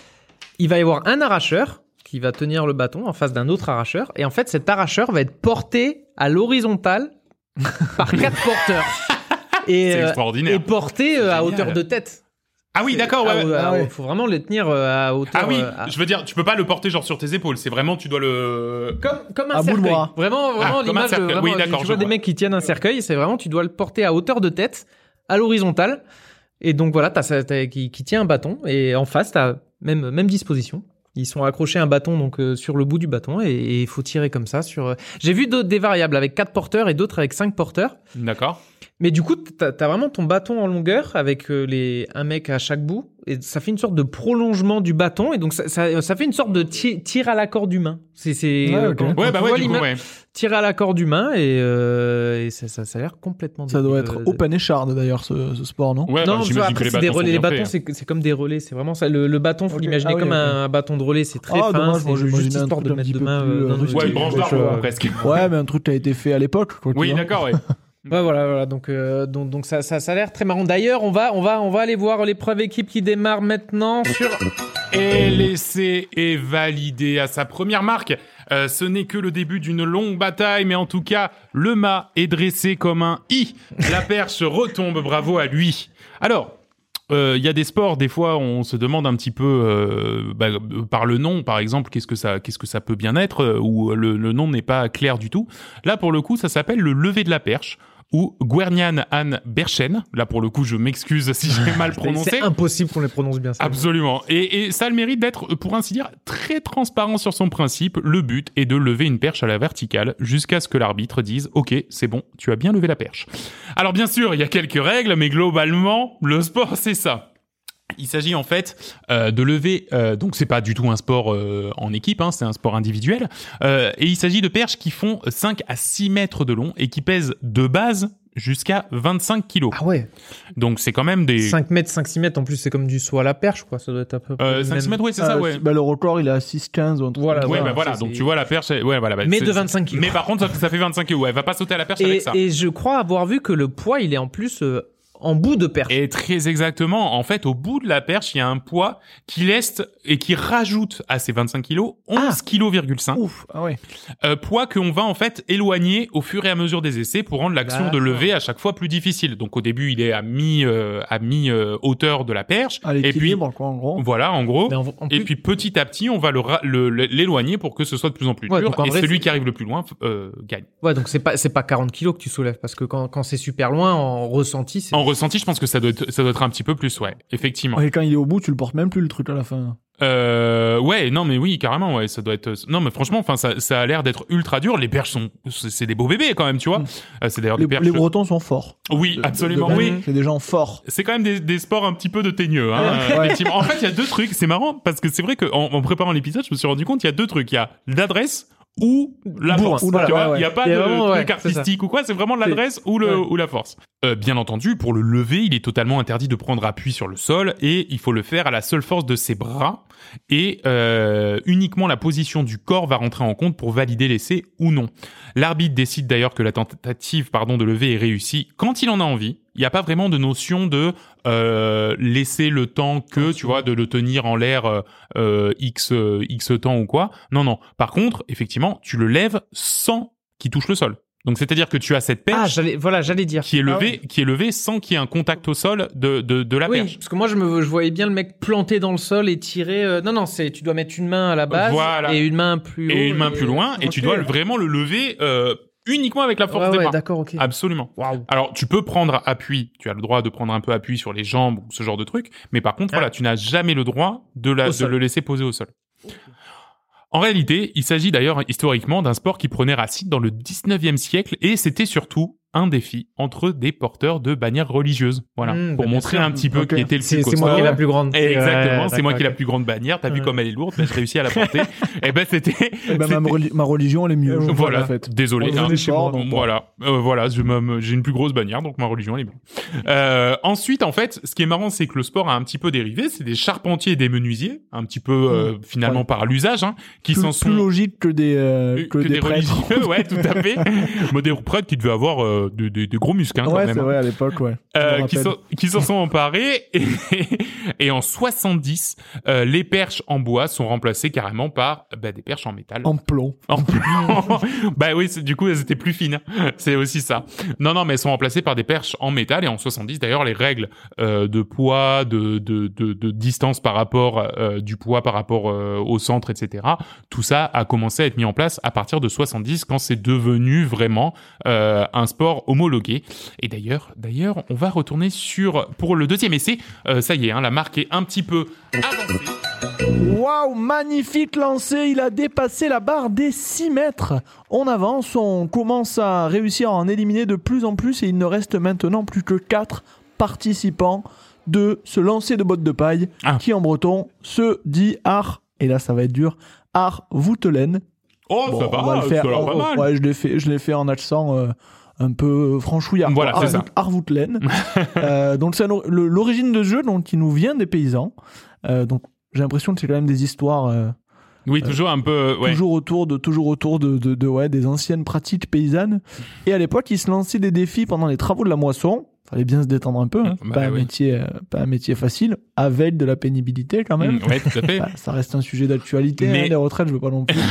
il va y avoir un arracheur qui va tenir le bâton en face d'un autre arracheur, et en fait, cet arracheur va être porté à l'horizontale par quatre porteurs et, C'est euh, extraordinaire. et porté euh, à Génial. hauteur de tête. Ah oui, d'accord, ouais. Ah, ouais. ouais, Ah ouais. Faut vraiment le tenir euh, à hauteur. Ah oui, euh, à- je veux dire, tu peux pas le porter genre sur tes épaules. C'est vraiment, tu dois le. Comme, comme un À bout de cercueil. bras. Vraiment, vraiment Ah, comme un l'image de, cercueil. vraiment, Oui, tu- d'accord, tu je vois des vois. mecs qui tiennent un cercueil, c'est vraiment, tu dois le porter à hauteur de tête, à l'horizontale. Et donc voilà, t'as ça, t'as- qui, qui tient un bâton, et en face, t'as même, même disposition. Ils sont accrochés à un bâton, donc, euh, sur le bout du bâton, et il faut tirer comme ça sur, euh, j'ai vu d'autres, des variables avec quatre porteurs et d'autres avec cinq porteurs. D'accord. Mais du coup, t'as, t'as vraiment ton bâton en longueur avec euh, les, un mec à chaque bout, et ça fait une sorte de prolongement du bâton, et donc ça, ça, ça fait une sorte de ti- tir à la corde humain. C'est, c'est, Ouais, euh, ok. quand- quand Ouais, bah tu ouais, vois du coup, l'ima- ouais. tir à la corde humain, et, euh, et ça, ça, ça a l'air complètement. Ça doit débile, être euh, open écharde d'ailleurs, ce, ce sport, non? Ouais, non, bah, tu vois, j'imagine que après, les c'est des bâtons relais. sont Les bien bâtons, faits. c'est, c'est comme des relais. C'est vraiment ça. Le, le bâton, faut Ok. l'imaginer Ah oui, comme ok. un, un bâton de relais. C'est très Ah, fin. dommage, c'est moi, juste j'imaginais un histoire truc de un mettre petit deux peu mains. plus, euh, euh, dans le- rustique. Ouais, une branche Ouais, d'arbre, ouais. quoi, presque. Ouais, mais un truc qui a été fait à l'époque. quoi, tu Oui, vois. d'accord, ouais. Ouais, voilà, voilà. Donc, euh, donc, donc ça, ça, ça a l'air très marrant. D'ailleurs, on va, on va, on va aller voir l'épreuve équipe qui démarre maintenant sur. Et l'essai est validé à sa première marque. Euh, ce n'est que le début d'une longue bataille, mais en tout cas, le mât est dressé comme un I. La perche retombe, bravo à lui. Alors, il euh, y a des sports, des fois, on se demande un petit peu, euh, bah, par le nom, par exemple, qu'est-ce que ça, qu'est-ce que ça peut bien être, euh, ou le, le nom n'est pas clair du tout. Là, pour le coup, ça s'appelle le lever de la perche, ou Guernian an Berchen. Là, pour le coup, je m'excuse si j'ai mal prononcé. C'est impossible qu'on les prononce bien. Ça. Absolument. Et, et ça a le mérite d'être, pour ainsi dire, très transparent sur son principe. Le but est de lever une perche à la verticale jusqu'à ce que l'arbitre dise « Ok, c'est bon, tu as bien levé la perche ». Alors bien sûr, il y a quelques règles, mais globalement, le sport, c'est ça. Il s'agit en fait euh, de lever, euh, donc c'est pas du tout un sport euh, en équipe, hein, c'est un sport individuel, euh, et il s'agit de perches qui font cinq à six mètres de long et qui pèsent de base jusqu'à vingt-cinq kilos. Ah ouais. Donc c'est quand même des... cinq mètres, cinq six mètres. En plus, c'est comme du saut à la perche, quoi. Ça doit être à peu près. Euh, le cinq six même- mètres, oui, c'est Ah, ça, ouais. bah, le record, il est à six quinze. ou un truc Voilà, comme Ouais, ça. bah voilà, c'est- donc c'est- tu vois la perche, elle- ouais, voilà. Bah, Mais c'est- de vingt-cinq kilos. Mais par contre, ça, ça fait vingt-cinq kilos. Ouais, elle va pas sauter à la perche Et, avec ça. et je crois avoir vu que le poids, il est en plus euh, en bout de perche. Et très exactement, en fait, au bout de la perche, il y a un poids qui laisse et qui rajoute à ces vingt-cinq kilos onze kilos virgule cinq. Ouf, ah ouais. Euh, poids qu'on va en fait éloigner au fur et à mesure des essais pour rendre l'action de D'accord. lever à chaque fois plus difficile. Donc au début, il est à mi euh, à mi euh, hauteur de la perche. À et puis l'équilibre, quoi, en gros. voilà, en gros. Mais en- en Et plus- puis petit à petit, on va le ra- le- le- l'éloigner pour que ce soit de plus en plus Ouais, dur. donc en Et vrai, celui c'est- qui arrive le plus loin euh, gagne. Ouais, donc c'est pas c'est pas quarante kilos que tu soulèves parce que quand quand c'est super loin en ressenti, c'est En ressenti, je pense que ça doit être, ça doit être un petit peu plus, ouais, effectivement. Et quand il est au bout, tu le portes même plus, le truc, à la fin. Euh, ouais, non, mais oui, carrément, ouais, ça doit être. Non, mais franchement, enfin, ça, ça a l'air d'être ultra dur. Les perches sont, c'est c'est des beaux bébés quand même, tu vois. Mm. Euh, c'est d'ailleurs Les, des perches. les Bretons sont forts. Oui, De- absolument, de- de- oui. C'est des gens forts. C'est quand même des, des sports un petit peu de teigneux, hein, euh, Ouais. effectivement. En fait, il y a deux trucs. C'est marrant parce que c'est vrai qu'en en préparant l'épisode, je me suis rendu compte qu'il y a deux trucs. Il y a l'adresse ou la Bourrin. force. Ou la- tu vois, ouais, il y a ouais. pas Il y de a vraiment, ouais, truc c'est ça. artistique ou quoi. C'est vraiment l'adresse ou le Ouais. ou la force. Euh, bien entendu, pour le lever, il est totalement interdit de prendre appui sur le sol et il faut le faire à la seule force de ses bras et euh, uniquement la position du corps va rentrer en compte pour valider l'essai ou non. L'arbitre décide d'ailleurs que la tentative, pardon, de lever est réussie quand il en a envie. Il n'y a pas vraiment de notion de euh, laisser le temps que, tu vois, de le tenir en l'air euh, euh, x euh, x temps ou quoi. Non, non. Par contre, effectivement, tu le lèves sans qu'il touche le sol. Donc c'est-à-dire que tu as cette perche Ah, j'allais voilà, j'allais dire. qui est Ah levée, qui est levée sans qu'il y ait un contact au sol de de, de la Oui, perche. parce que moi je me je voyais bien le mec planté dans le sol et tirer euh, non non, c'est tu dois mettre une main à la base Voilà. et une main plus haut Et une main plus loin, et tu Ok. dois le- vraiment le lever euh, uniquement avec la force Ouais, des ouais, bras. d'accord, OK. Absolument. Waouh. Alors, tu peux prendre appui, tu as le droit de prendre un peu appui sur les jambes ou ce genre de truc, mais par contre, Ah. voilà, tu n'as jamais le droit de, la, Au de sol. le laisser poser au sol. En réalité, il s'agit d'ailleurs historiquement d'un sport qui prenait racine dans le dix-neuvième siècle et c'était surtout un défi entre des porteurs de bannières religieuses. Voilà, mmh, pour bah montrer un petit peu okay. qui était le plus c'est, costaud. C'est moi qui ai la plus grande. Et exactement, ouais, c'est moi qui ai la plus grande bannière. T'as ouais. vu comme elle est lourde, ben, j'ai réussi à la porter. Et ben c'était. Et ben ma, reli- ma religion elle est mieux. Voilà. En fait. Désolé. Hein, chez moi, donc, voilà, euh, voilà, je j'ai une plus grosse bannière, donc ma religion elle est mieux. Euh, ensuite, en fait, ce qui est marrant, c'est que le sport a un petit peu dérivé. C'est des charpentiers et des menuisiers, un petit peu euh, mmh. finalement ouais. par l'usage, hein, qui plus, s'en sont plus logique que des euh, que, que des, des religieux. Ouais, tout à fait. Mais des prêtres qui devaient avoir euh, des, des, des gros muscles. Hein, ouais, même, c'est hein. vrai, à l'époque, ouais. Euh, qui s'en qui s'en sont emparés et, et en soixante-dix, euh, les perches en bois sont remplacées carrément par bah, des perches en métal. En plomb. En plomb. Bah oui, c'est, du coup, elles étaient plus fines. C'est aussi ça. Non, non, mais elles sont remplacées par des perches en métal et en soixante-dix, d'ailleurs, les règles euh, de poids, de, de, de, de distance par rapport euh, du poids par rapport euh, au centre, et cetera. Tout ça a commencé à être mis en place à partir de soixante-dix quand c'est devenu vraiment euh, un sport homologué. Et d'ailleurs, d'ailleurs, on va retourner sur pour le deuxième essai. Euh, ça y est, hein, la marque est un petit peu avancée. Waouh, magnifique lancé, il a dépassé la barre des six mètres. On avance, on commence à réussir à en éliminer de plus en plus et il ne reste maintenant plus que quatre participants de ce lancer de bottes de paille ah. qui en breton se dit ar, et là ça va être dur, ar voutelen. Oh, bon, ça va, on va le faire. ça Oh, pas mal. Ouais, je l'ai fait, je l'ai fait en accent euh, un peu franchouillard. Voilà, c'est ça. Arvoutlen. euh, donc c'est le, l'origine de jeu, donc qui nous vient des paysans. Euh, donc j'ai l'impression que c'est quand même des histoires. Euh, oui, toujours euh, un peu. Ouais. Toujours autour de, toujours autour de, de, de, ouais, des anciennes pratiques paysannes. Et à l'époque, ils se lançaient des défis pendant les travaux de la moisson. Fallait bien se détendre un peu, hein. Bah, pas, un oui. métier, euh, pas un métier facile, avec de la pénibilité quand même. Mmh, ouais, tout à fait. Bah, ça reste un sujet d'actualité, mais... hein, les retraites, je veux pas non plus.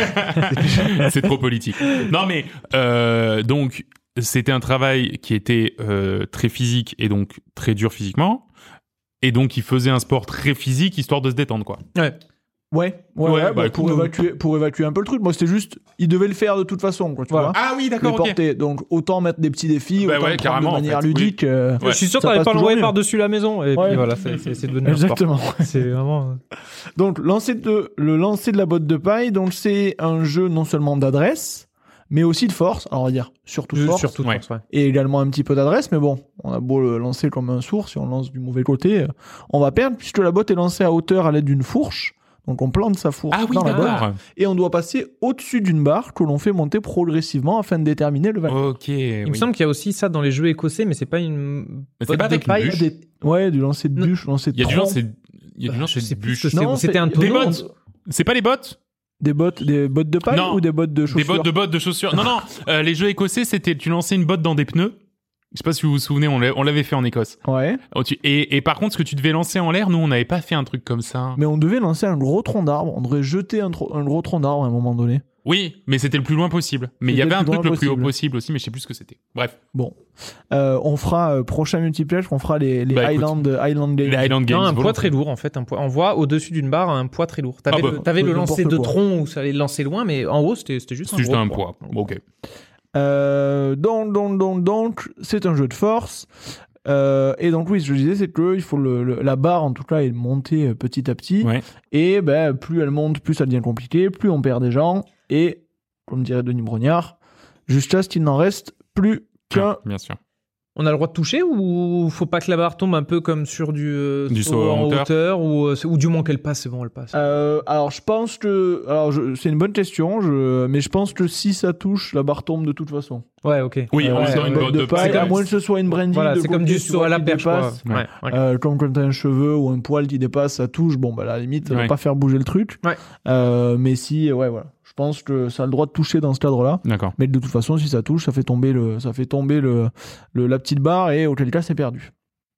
Que... c'est trop politique. Non mais euh, donc c'était un travail qui était euh, très physique et donc très dur physiquement, et donc il faisait un sport très physique histoire de se détendre quoi. Ouais. Ouais, ouais, ouais, ouais bah, pour, écoute, évacuer, pour évacuer un peu le truc. Moi, c'était juste, ils devaient le faire de toute façon, quoi, tu voilà. vois. Ah oui, d'accord, les porter. Okay. Donc, autant mettre des petits défis, bah autant ouais, le prendre de manière en fait, ludique. Oui. Euh, ouais. Je suis sûr que t'avais pas l'envoyé par-dessus la maison. Et ouais. puis voilà, c'est, c'est, c'est devenu Exactement. un sport. C'est vraiment... Donc, lancer de, le lancer de la botte de paille, donc c'est un jeu non seulement d'adresse, mais aussi de force. Alors, on va dire surtout de force. Surtout de ouais. force, ouais. Et également un petit peu d'adresse, mais bon, on a beau le lancer comme un sourd, si on lance du mauvais côté, on va perdre puisque la botte est lancée à hauteur à l'aide d'une fourche. Donc on plante sa fourche ah oui, dans la d'accord. botte et on doit passer au-dessus d'une barre que l'on fait monter progressivement afin de déterminer le valeur. Ok. Il oui. me semble qu'il y a aussi ça dans les jeux écossais, mais c'est pas une. Mais c'est pas avec une bûche. Des... Ouais, du lancer de bûche, lancer de Il y a du tronc. lancer. Il y a du lancer de bûche. Non, c'était un tonneau. Des bottes. C'est pas les bottes. Des bottes, des bottes de paille non. ou des bottes de chaussures. Des bottes de bottes de chaussures. Non, non. Euh, les jeux écossais, c'était tu lançais une botte dans des pneus. Je sais pas si vous vous souvenez, on, l'a, on l'avait fait en Écosse. Ouais. Et, et par contre, ce que tu devais lancer en l'air, nous, on n'avait pas fait un truc comme ça. Mais on devait lancer un gros tronc d'arbre. On devrait jeter un, tro- un gros tronc d'arbre à un moment donné. Oui, mais c'était le plus loin possible. Mais il y avait un truc le plus haut possible aussi, mais je sais plus ce que c'était. Bref. Bon. Euh, on fera, euh, prochain multiplayer, on fera les, les bah, Highland, écoute, Highland Games. Les Highland Games. Non, un voilà. poids très lourd, en fait. Un poids, on voit au-dessus d'une barre un poids très lourd. T'avais Ah bah, le, t'avais le lancer de quoi. tronc où ça allait le lancer loin, mais en haut, c'était, c'était juste c'était un juste gros un poids. poids. Bon, ok. Euh, donc, donc, donc, donc, c'est un jeu de force. Euh, et donc, oui, ce que je disais, c'est que il faut le, le, la barre, en tout cas, est montée petit à petit. Ouais. Et ben, plus elle monte, plus ça devient compliqué, plus on perd des gens. Et, comme dirait Denis Brognard, jusqu'à ce qu'il n'en reste plus qu'un. Ah, bien sûr. On a le droit de toucher ou faut pas que la barre tombe un peu comme sur du, euh, du saut saut en hauteur, hauteur ou, euh, ou du moins qu'elle passe, c'est bon, elle passe. Euh, alors, je pense que. Alors, je, c'est une bonne question, je, mais je pense que si ça touche, la barre tombe de toute façon. Ouais, ok. Oui, euh, en ouais, faisant une botte de paille. paille. À moins que ce soit une brindille. Voilà, de c'est côté, comme du tu saut vois, à la qui perche. dépasse. Ouais, ouais. Euh, comme quand t'as un cheveu ou un poil qui dépasse, ça touche. Bon, bah, à la limite, ça Ouais. va pas faire bouger le truc. Ouais. Euh, mais si, ouais, voilà. Je pense que ça a le droit de toucher dans ce cadre-là. D'accord. Mais de toute façon, si ça touche, ça fait tomber le, ça fait tomber le, le la petite barre et auquel cas, c'est perdu.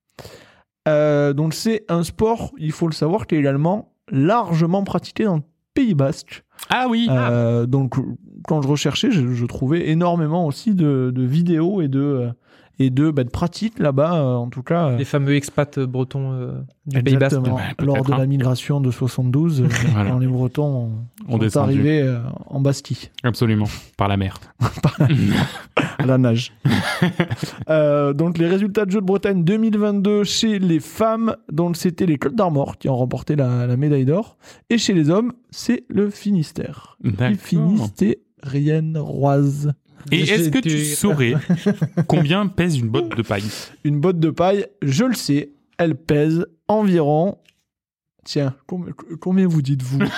Euh, donc, c'est un sport, il faut le savoir, qui est également largement pratiqué dans le Pays Basque. Ah oui. Euh, donc, quand je recherchais, je, je trouvais énormément aussi de, de vidéos et de, et de, bah, de pratique là-bas, euh, en tout cas. Euh, Les fameux expats bretons euh, du Pays Basque. Exactement. Ouais, Lors de hein. la migration de soixante-douze, euh, Voilà. quand les Bretons On sont descendu. arrivés euh, en Bastie, Absolument, par la mer. à la nage. euh, donc les résultats de Jeux de Bretagne deux mille vingt-deux chez les femmes, donc c'était les Côtes d'Armor qui ont remporté la, la médaille d'or, et chez les hommes, c'est le Finistère. D'accord. Les Finistériennoises. Et est-ce que tu Tu- saurais combien pèse une botte de paille? Une botte de paille, je le sais, elle pèse environ... Tiens, com- combien vous dites-vous? Mais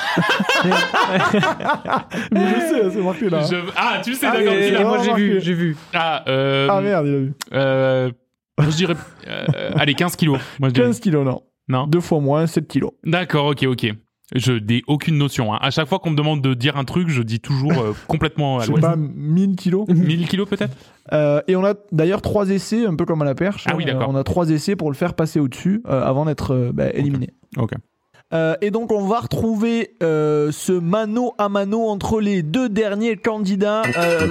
je sais, c'est marqué là. Je- Ah, tu sais, Ah, d'accord. mais- tu l'as. moi j'ai remarqué. vu, j'ai vu. Ah, euh, Ah merde, il a vu. euh, je dirais... euh, allez, quinze kilos. Moi, je dirais. quinze kilos, non. Non. Deux fois moins, sept kilos. D'accord, ok, ok. Je n'ai aucune notion. Hein. À chaque fois qu'on me demande de dire un truc, je dis toujours euh, complètement à Je sais l'ouest. pas, mille kilos. mille kilos peut-être? Euh, et on a d'ailleurs trois essais, un peu comme à la perche. Ah oui, d'accord. Euh, on a trois essais pour le faire passer au-dessus euh, avant d'être euh, bah, éliminé. Ok. Euh, et donc on va retrouver euh, ce mano à mano entre les deux derniers candidats. Euh,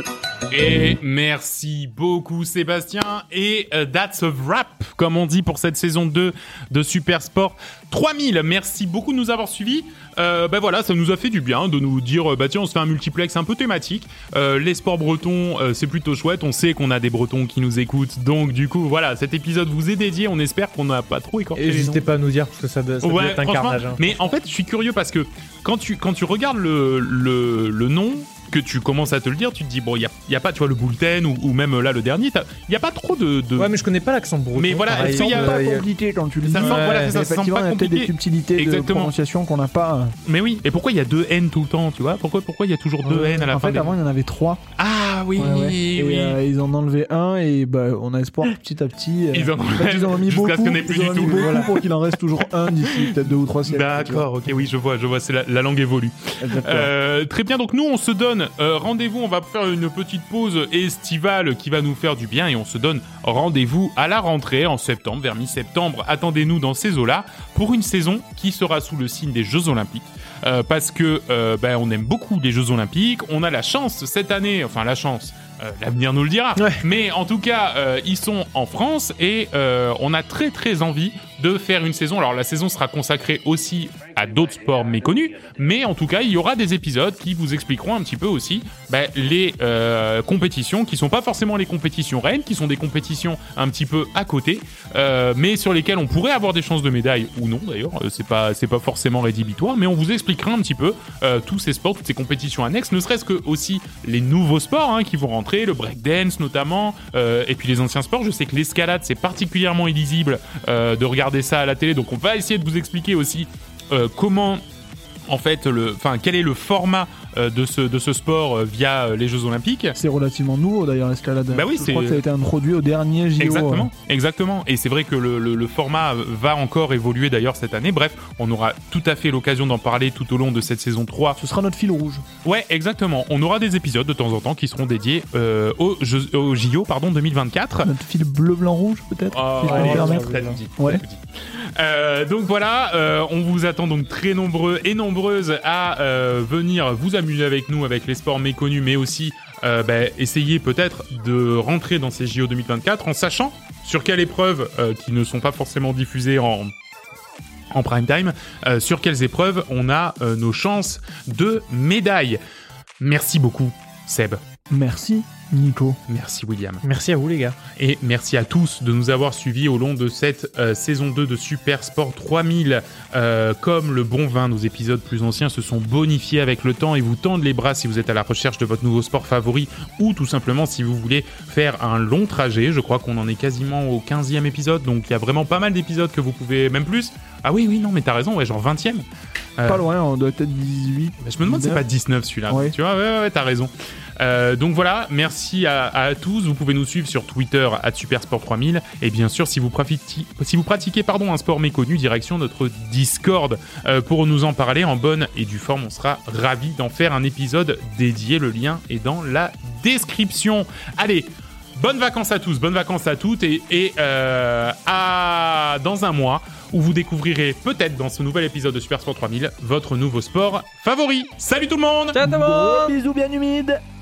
Et merci beaucoup Sébastien. Et uh, that's a wrap, comme on dit pour cette saison deux de Super Sport trois mille. Merci beaucoup de nous avoir suivis. Euh, ben voilà, ça nous a fait du bien de nous dire, bah tiens, on se fait un multiplex un peu thématique. Euh, les sports bretons, euh, c'est plutôt chouette. On sait qu'on a des Bretons qui nous écoutent. Donc du coup, voilà, cet épisode vous est dédié. On espère qu'on n'a pas trop écorché Et les noms. n'hésitez pas à nous dire parce que ça doit, ça doit Ouais, être un franchement, carnage. Hein. mais en fait, je suis curieux parce que quand tu, quand tu regardes le, le, le nom, que tu commences à te le dire, tu te dis, bon, il n'y a, y a pas, tu vois, le Bulletin ou, ou même là, le dernier, il n'y a pas trop de, de... Ouais, mais je connais pas l'accent breton. Mais voilà, pareil. est-ce qu'il y a- pas Euh, il y a- compliqué quand tu le dis. Ça semble- voilà, c'est ça, Mais ça semble effectivement, pas il y a peut-être des compliqué. subtilités Exactement. de prononciation qu'on n'a pas. Mais oui, et pourquoi il y a deux N tout le temps, tu vois? Pourquoi pourquoi il y a toujours deux N à la en fin fait, des- avant, il y en avait trois. Ah oui, Ouais, ouais. Et oui. euh, ils en ont enlevé un et bah, on a espoir que petit à petit. euh, Ils en en fait, ils en ont mis jusqu'à beaucoup. ce qu'il n'y en ait plus ils en du ont mis tout. beaucoup Voilà. pour qu'il en reste toujours un d'ici peut-être deux ou trois siècles. D'accord, ok, oui, je vois, je vois, c'est la, la langue évolue. Exactement. Euh, très bien, donc nous on se donne euh, rendez-vous, on va faire une petite pause estivale qui va nous faire du bien et on se donne rendez-vous à la rentrée en septembre, vers mi-septembre. Attendez-nous dans ces eaux-là pour une saison qui sera sous le signe des Jeux Olympiques. Euh, parce que euh, ben, on aime beaucoup les Jeux Olympiques, on a la chance cette année, enfin la chance, euh, l'avenir nous le dira, Ouais. mais en tout cas euh, ils sont en France et euh, on a très très envie de faire une saison. Alors la saison sera consacrée aussi à d'autres sports méconnus, mais en tout cas il y aura des épisodes qui vous expliqueront un petit peu aussi ben, les euh, compétitions qui sont pas forcément les compétitions reines, qui sont des compétitions un petit peu à côté, euh, mais sur lesquelles on pourrait avoir des chances de médaille ou non d'ailleurs, euh, c'est pas c'est pas forcément rédhibitoire, mais on vous expliquera un petit peu euh, tous ces sports, toutes ces compétitions annexes, ne serait-ce que aussi les nouveaux sports hein, qui vont rentrer, le breakdance notamment, euh, et puis les anciens sports. Je sais que l'escalade c'est particulièrement illisible euh, de regarder ça à la télé, donc on va essayer de vous expliquer aussi euh, comment en fait le, enfin quel est le format euh, de ce de ce sport euh, via euh, les Jeux Olympiques. C'est relativement nouveau d'ailleurs l'escalade. Bah oui, je c'est- crois que ça a été introduit au dernier J O. Exactement, exactement. Et c'est vrai que le, le, le format va encore évoluer d'ailleurs cette année. Bref, on aura tout à fait l'occasion d'en parler tout au long de cette saison trois. Ce sera notre fil rouge. Ouais, exactement. On aura des épisodes de temps en temps qui seront dédiés euh, aux, Jeux- aux J O pardon, deux mille vingt-quatre. Notre fil bleu, blanc, rouge peut-être. Oh, si je peux allez, me permettre. t'as tout dit, Ouais. t'as tout dit. Euh, donc voilà, euh, on vous attend donc très nombreux et nombreuses à euh, venir vous amuser avec nous avec les sports méconnus, mais aussi euh, bah, essayer peut-être de rentrer dans ces J O deux mille vingt-quatre en sachant sur quelles épreuves euh, qui ne sont pas forcément diffusées en en prime time, euh, sur quelles épreuves on a euh, nos chances de médailles. Merci beaucoup Seb. Merci Nico. Merci William. Merci à vous les gars. Et merci à tous de nous avoir suivis au long de cette euh, saison deux de Super Sport trois mille. Euh, comme le bon vin, nos épisodes plus anciens se sont bonifiés avec le temps et vous tendent les bras si vous êtes à la recherche de votre nouveau sport favori ou tout simplement si vous voulez faire un long trajet. Je crois qu'on en est quasiment au quinzième épisode, donc il y a vraiment pas mal d'épisodes que vous pouvez, même plus. Ah oui, oui, non, mais t'as raison, ouais, genre vingtième. Euh, Pas loin, on doit être dix-huit. bah, je me demande si c'est pas dix-neuf celui-là. Ouais. Tu vois, ouais, ouais, ouais, t'as raison. Euh, donc voilà, merci à, à tous. Vous pouvez nous suivre sur Twitter à Supersport trois mille et bien sûr si vous pratiquez, si vous pratiquez pardon, un sport méconnu, direction notre Discord euh, pour nous en parler en bonne et due forme. On sera ravis d'en faire un épisode dédié. Le lien est dans la description. Allez, bonnes vacances à tous, bonnes vacances à toutes et, et euh, à dans un mois où vous découvrirez peut-être dans ce nouvel épisode de Supersport trois mille votre nouveau sport favori. Salut tout le monde! Ciao tout le monde. Gros bisous bien humides.